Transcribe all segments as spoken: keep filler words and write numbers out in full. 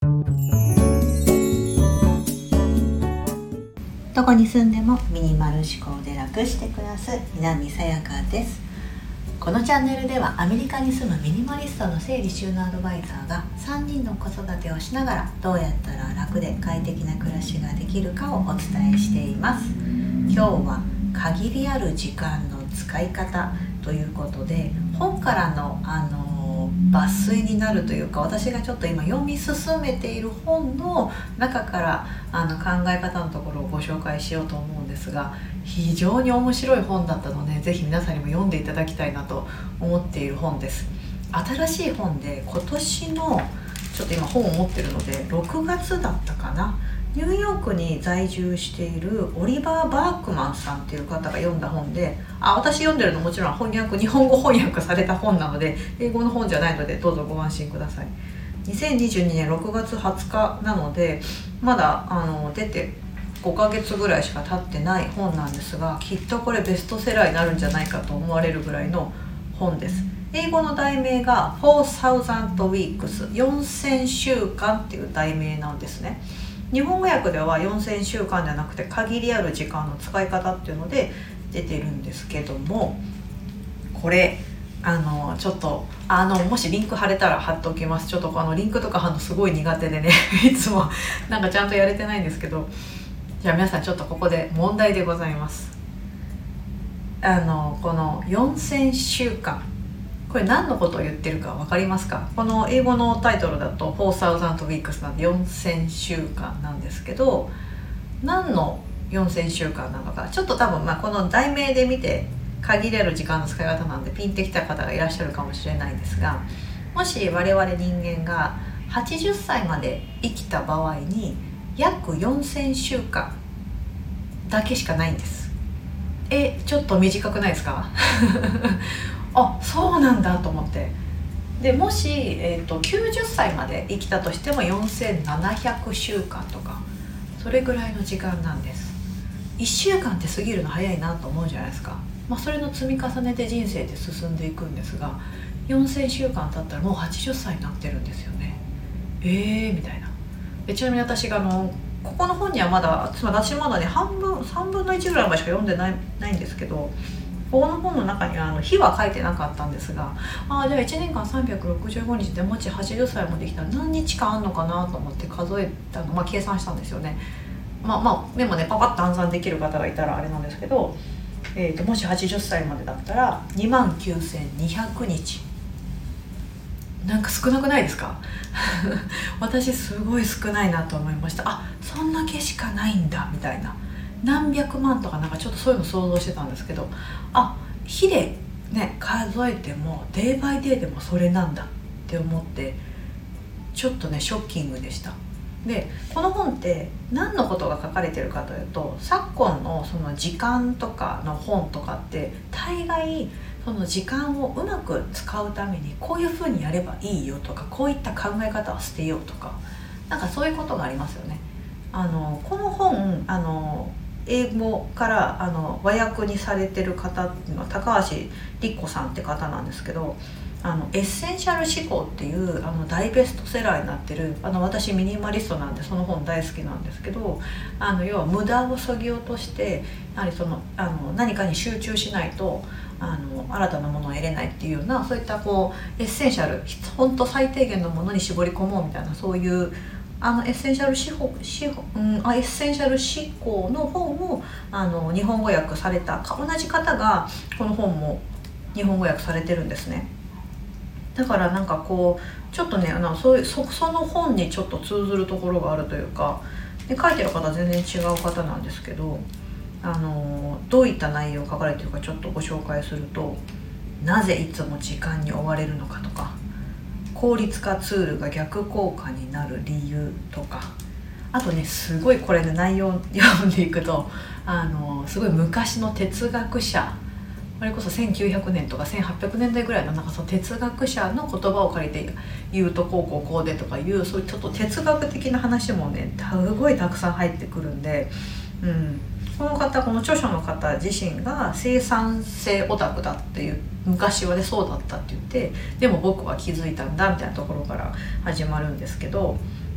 どこに住んでもミニマル思考で楽して暮らす南さやかです。このチャンネルではアメリカに住むミニマリストの整理収納アドバイザーがさんにんの子育てをしながらどうやったら楽で快適な暮らしができるかをお伝えしています。今日は限りある時間の使い方ということで、本からのあの抜粋になるというか、私がちょっと今読み進めている本の中からあの考え方のところをご紹介しようと思うんですが、非常に面白い本だったので、ぜひ皆さんにも読んでいただきたいなと思っている本です。新しい本で、今年のちょっと今本を持ってるのでろくがつだったかな、ニューヨークに在住しているオリバー・バークマンさんっていう方が読んだ本で、あ私読んでるのもちろん翻訳日本語翻訳された本なので英語の本じゃないのでどうぞご安心ください。にせんにじゅうにねんろくがつはつかなのでまだあの出てごかげつぐらいしか経ってない本なんですが、きっとこれベストセラーになるんじゃないかと思われるぐらいの本です。英語の題名が フォーサウザンド weeks よんせんしゅうかんっていう題名なんですね。日本語訳ではよんせんしゅうかんじゃなくて限りある時間の使い方っていうので出てるんですけども、これあのちょっとあのもしリンク貼れたら貼っておきます。ちょっとあのリンクとか貼るのすごい苦手でねいつもなんかちゃんとやれてないんですけど、じゃあ皆さんちょっとここで問題でございます。あのこのよんせんしゅうかん、これ何のことを言ってるか分かりますか？この英語のタイトルだと フォーサウザンド weeks なんでよんせんしゅうかんなんですけど、何のよんせんしゅうかんなのか、ちょっと多分まあこの題名で見て限りある時間の使い方なんでピンってきた方がいらっしゃるかもしれないんですが、もし我々人間がはちじゅっさいまで生きた場合に約よんせんしゅうかんだけしかないんです。え、ちょっと短くないですかあ、そうなんだと思って、でもし、えーと、きゅうじゅっさいまで生きたとしてもよんせんななひゃくしゅうかんとか、それぐらいの時間なんです。いっしゅうかんって過ぎるの早いなと思うじゃないですか。まあ、それの積み重ねで人生って進んでいくんですが、よんせんしゅうかん経ったらもうはちじゅっさいになってるんですよね。えーみたいな。でちなみに私があのここの本にはまだ、つまり私まだね半分さんぶんのいちぐらいまでしか読んでない、ないんですけど、この本の中にはあの日は書いてなかったんですが、ああじゃあいちねんかんさんびゃくろくじゅうごにちでもしはちじゅっさいまで来たら何日間あんのかなと思って数えたの、まあ、計算したんですよね。まあまあメモねパパッと暗算できる方がいたらあれなんですけど、えー、ともしはちじゅっさいまでだったらにまんきゅうせんにひゃくにち、なんか少なくないですか私すごい少ないなと思いました。あ、そんだけしかないんだみたいな、何百万とかなんかちょっとそういうの想像してたんですけど、あ、日でね数えてもデイバイデイでもそれなんだって思って、ちょっとねショッキングでした。でこの本って何のことが書かれてるかというと、昨今のその時間とかの本とかって大概その時間をうまく使うためにこういう風にやればいいよとか、こういった考え方は捨てようとか、なんかそういうことがありますよね。あのこの本あの英語からあの和訳にされてる方っていうのは高橋理子さんって方なんですけど、あのエッセンシャル思考っていうあの大ベストセラーになってる、あの私ミニマリストなんでその本大好きなんですけど、あの要は無駄をそぎ落として、やはりそのあの何かに集中しないとあの新たなものを得れないっていうような、そういったこうエッセンシャル、本当最低限のものに絞り込もうみたいな、そういうあのエッセンシャル思考、うん、あエッセンシャル思考の本をあの日本語訳された同じ方がこの本も日本語訳されてるんですね。だからなんかこうちょっとねあのそういう そ, その本にちょっと通ずるところがあるというか、で書いてる方は全然違う方なんですけど、あのどういった内容が書かれているかちょっとご紹介すると、なぜいつも時間に追われるのかとか、効率化ツールが逆効果になる理由とか、あとねすごいこれね内容読んでいくと、あのすごい昔の哲学者、これこそせんきゅうひゃくねんとかせんはっぴゃくねんだいぐらいのなんかその哲学者の言葉を借りて言うとこうこうこうでとかいう、そういうちょっと哲学的な話もねすごいたくさん入ってくるんで、うん、この方この著書の方自身が生産性オタクだっていう、昔はねそうだったって言って、でも僕は気づいたんだみたいなところから始まるんですけど、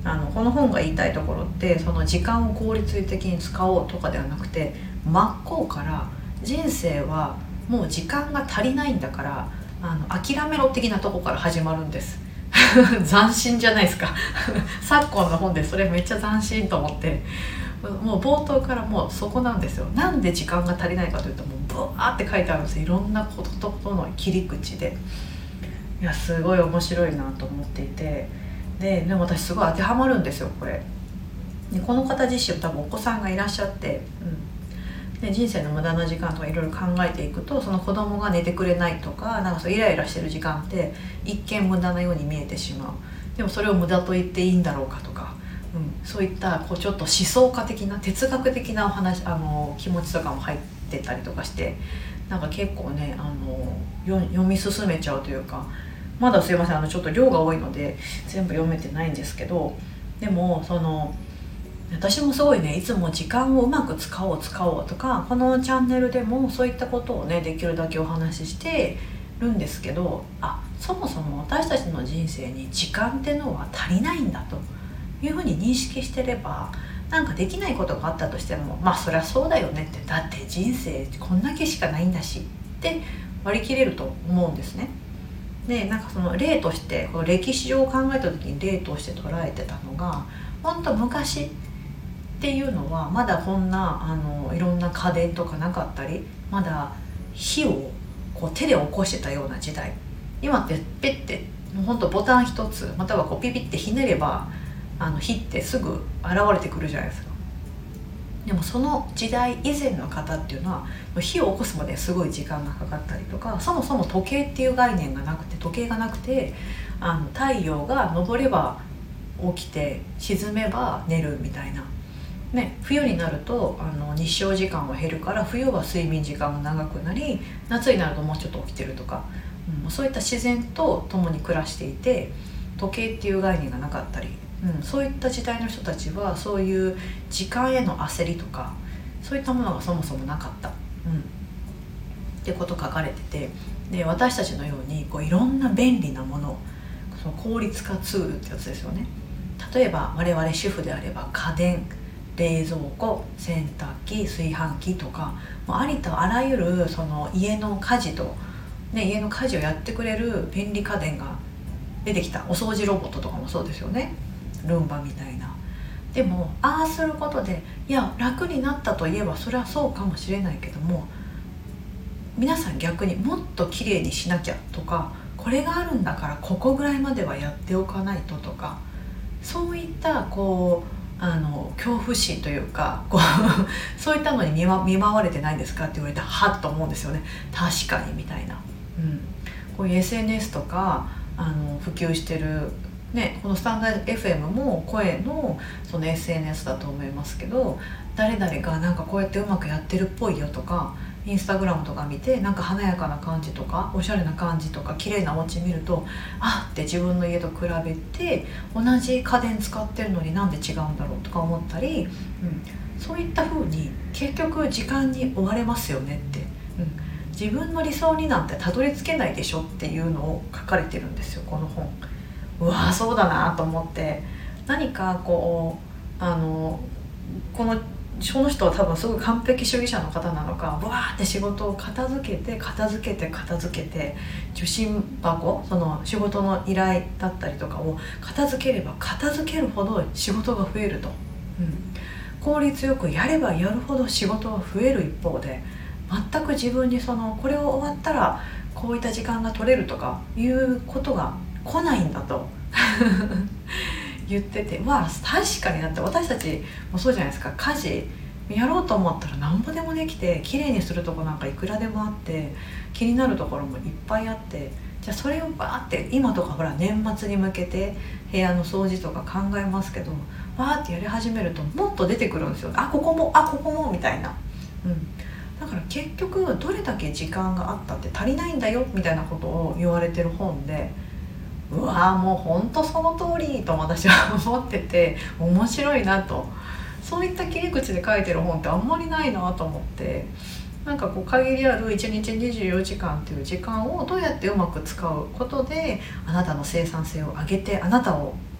あのこの本が言いたいところって、その時間を効率的に使おうとかではなくて、真っ向から人生はもう時間が足りないんだから、あの諦めろ的なとこから始まるんです斬新じゃないですか昨今の本でそれめっちゃ斬新と思って、もう冒頭からもうそこなんですよ。なんで時間が足りないかというと、もうブワーって書いてあるんですよ。いろんなこととの切り口で、いやすごい面白いなと思っていて、ででも私すごい当てはまるんですよこれで。この方自身多分お子さんがいらっしゃって、うん、で人生の無駄な時間とかいろいろ考えていくと、その子供が寝てくれないとか、なんかそうイライラしてる時間って一見無駄なように見えてしまう。でもそれを無駄と言っていいんだろうかとか、うん、そういったこうちょっと思想家的な哲学的なお話、あの気持ちとかも入ってたりとかして、なんか結構ね、あの読み進めちゃうというか、まだすいません、あのちょっと量が多いので全部読めてないんですけど、でもその私もすごいね、いつも時間をうまく使おう使おうとか、このチャンネルでもそういったことをねできるだけお話ししてるんですけど、あ、そもそも私たちの人生に時間ってのは足りないんだというふうに認識してれば、なんかできないことがあったとしても、まあそりゃそうだよねって、だって人生こんだけしかないんだしって割り切れると思うんですね。でなんかその例として、この歴史上を考えた時に例として捉えてたのが、本当昔っていうのはまだこんなあのいろんな家電とかなかったり、まだ火をこう手で起こしてたような時代。今ってペッてもうほんとボタン一つ、またはこうピピってひねればあの火ってすぐ現れてくるじゃないですか。でもその時代以前の方っていうのは、火を起こすまですごい時間がかかったりとか、そもそも時計っていう概念がなくて時計がなくてあの太陽が昇れば起きて沈めば寝るみたいな、ね、冬になるとあの日照時間は減るから冬は睡眠時間が長くなり、夏になるともうちょっと起きてるとか、うん、そういった自然と共に暮らしていて、時計っていう概念がなかったり、うん、そういった時代の人たちはそういう時間への焦りとかそういったものがそもそもなかった、うん、ってこと書かれてて、で私たちのようにこういろんな便利なもの、その効率化ツールってやつですよね。例えば我々主婦であれば家電、冷蔵庫、洗濯機、炊飯器とか、もうありとあらゆるその家の家事と、ね、家の家事をやってくれる便利家電が出てきた。お掃除ロボットとかもそうですよね、ルンバみたいな。でもああすることでいや楽になったといえばそれはそうかもしれないけども、皆さん逆にもっと綺麗にしなきゃとか、これがあるんだからここぐらいまではやっておかないととか、そういったこうあの恐怖心というか、こうそういったのに見ま、見舞われてないですかって言われてはっと思うんですよね。確かにみたいな、うん、こういう エスエヌエス とかあの普及してるね、このスタンダード エフエム も声のその エスエヌエス だと思いますけど、誰々がなんかこうやってうまくやってるっぽいよとか、インスタグラムとか見てなんか華やかな感じとかおしゃれな感じとか綺麗なお家見ると、あって自分の家と比べて同じ家電使ってるのになんで違うんだろうとか思ったり、うん、そういった風に結局時間に追われますよねって、うん、自分の理想になんてたどり着けないでしょっていうのを書かれてるんですよ、この本。うわーそうだなと思って、何かこうあのこのこの人は多分すごい完璧主義者の方なのか、わーって仕事を片付けて片付けて片付けて、受信箱、その仕事の依頼だったりとかを片付ければ片付けるほど仕事が増えると、うん、効率よくやればやるほど仕事が増える一方で、全く自分にそのこれを終わったらこういった時間が取れるとかいうことが来ないんだと言ってて、まあ確かに。だって私たちもそうじゃないですか。家事やろうと思ったら何ぼでもできて、綺麗にするとこなんかいくらでもあって、気になるところもいっぱいあって、じゃあそれをバーって今とかほら年末に向けて部屋の掃除とか考えますけど、バーってやり始めるともっと出てくるんですよ。あここもあここもみたいな、うん、だから結局どれだけ時間があったって足りないんだよみたいなことを言われてる本で、うわーもうほんとその通りと私は思ってて、面白いなと。そういった切り口で書いてる本ってあんまりないなと思って、なんかこう限りあるいちにちにじゅうよじかんっていう時間をどうやってうまく使うことであなたの生産性を上げて、あなたを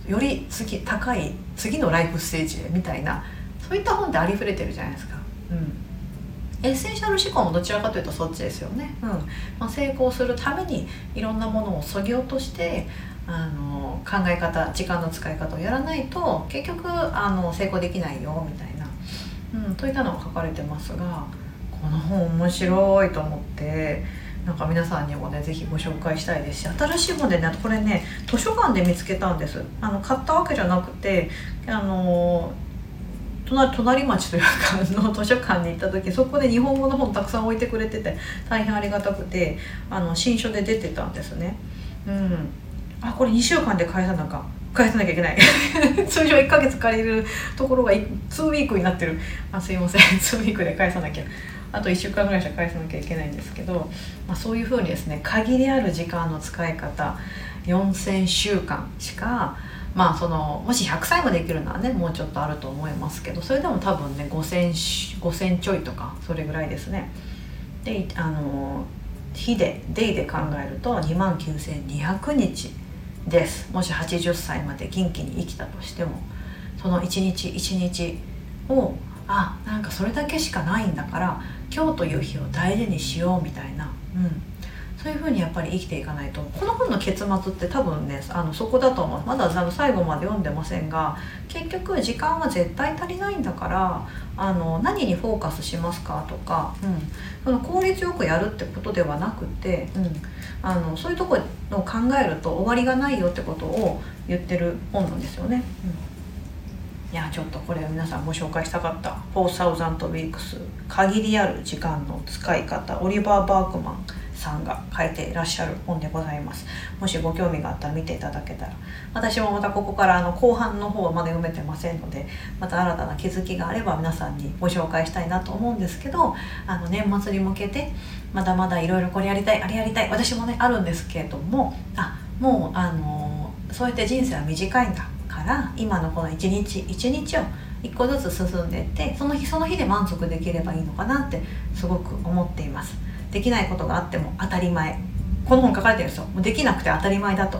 より次高い次のライフステージへみたいな、そういった本ってありふれてるじゃないですか。うんエッセンシャル思考もどちらかというとそっちですよね、うんまあ、成功するためにいろんなものを削ぎ落としてあの考え方時間の使い方をやらないと結局あの成功できないよみたいな、うん、といったのが書かれてますが、この本面白いと思ってなんか皆さんにもねぜひご紹介したいですし、新しい本でねこれね図書館で見つけたんです。あの買ったわけじゃなくてあの隣, 隣町というかの図書館に行った時、そこで日本語の本たくさん置いてくれてて大変ありがたくて、あの新書で出てたんですね。うんあこれにしゅうかんで返さなか返さなきゃいけない通常いっかげつ借りるところがにウィークになってる。あすいませんにウィークで返さなきゃ、あといっしゅうかんぐらいしか返さなきゃいけないんですけど、まあ、そういうふうにですね限りある時間の使い方よんせんしゅうかんしか、まあそのもしひゃくさいまで生きるのはねもうちょっとあると思いますけど、それでも多分ねごせんちょいとかそれぐらいですね。であの日でデイで考えるとにまんきゅうせんにひゃくにちです。もしはちじゅっさいまで元気に生きたとしても、その一日一日をあなんかそれだけしかないんだから今日という日を大事にしようみたいな、うんそういう風にやっぱり生きていかないと。この本の結末って多分ねあのそこだと思う。まだあの最後まで読んでませんが、結局時間は絶対足りないんだからあの何にフォーカスしますかとか、うん、その効率よくやるってことではなくて、うん、あのそういうところを考えると終わりがないよってことを言ってる本なんですよね。うん、いやちょっとこれ皆さんご紹介したかった「フォーサウザンドウィークス限りある時間の使い方」オリバー・バークマンさんが書いていらっしゃる本でございます。もしご興味があったら見ていただけたら、私もまたここからあの後半の方はまだ読めてませんので、また新たな気づきがあれば皆さんにご紹介したいなと思うんですけど、あの年末に向けてまだまだいろいろこれやりたいあれやりたい私もねあるんですけれども、あもうあのそうやって人生は短いんだから今のこの一日一日を一個ずつ進んでいって、その日その日で満足できればいいのかなってすごく思っています。できないことがあっても当たり前、この本書かれてるんですよ。もうできなくて当たり前だと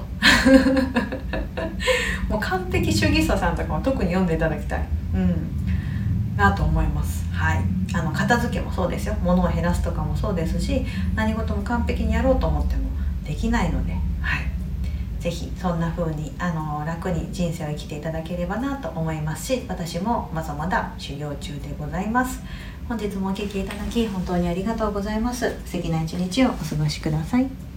もう完璧主義者さんとかも特に読んでいただきたい、うん、なと思います。はい、あの片付けもそうですよ。物を減らすとかもそうですし、何事も完璧にやろうと思ってもできないので、はい、ぜひそんな風にあの楽に人生を生きていただければなと思いますし、私もまだまだ修行中でございます。本日もお聞きいただき本当にありがとうございます。素敵な一日をお過ごしください。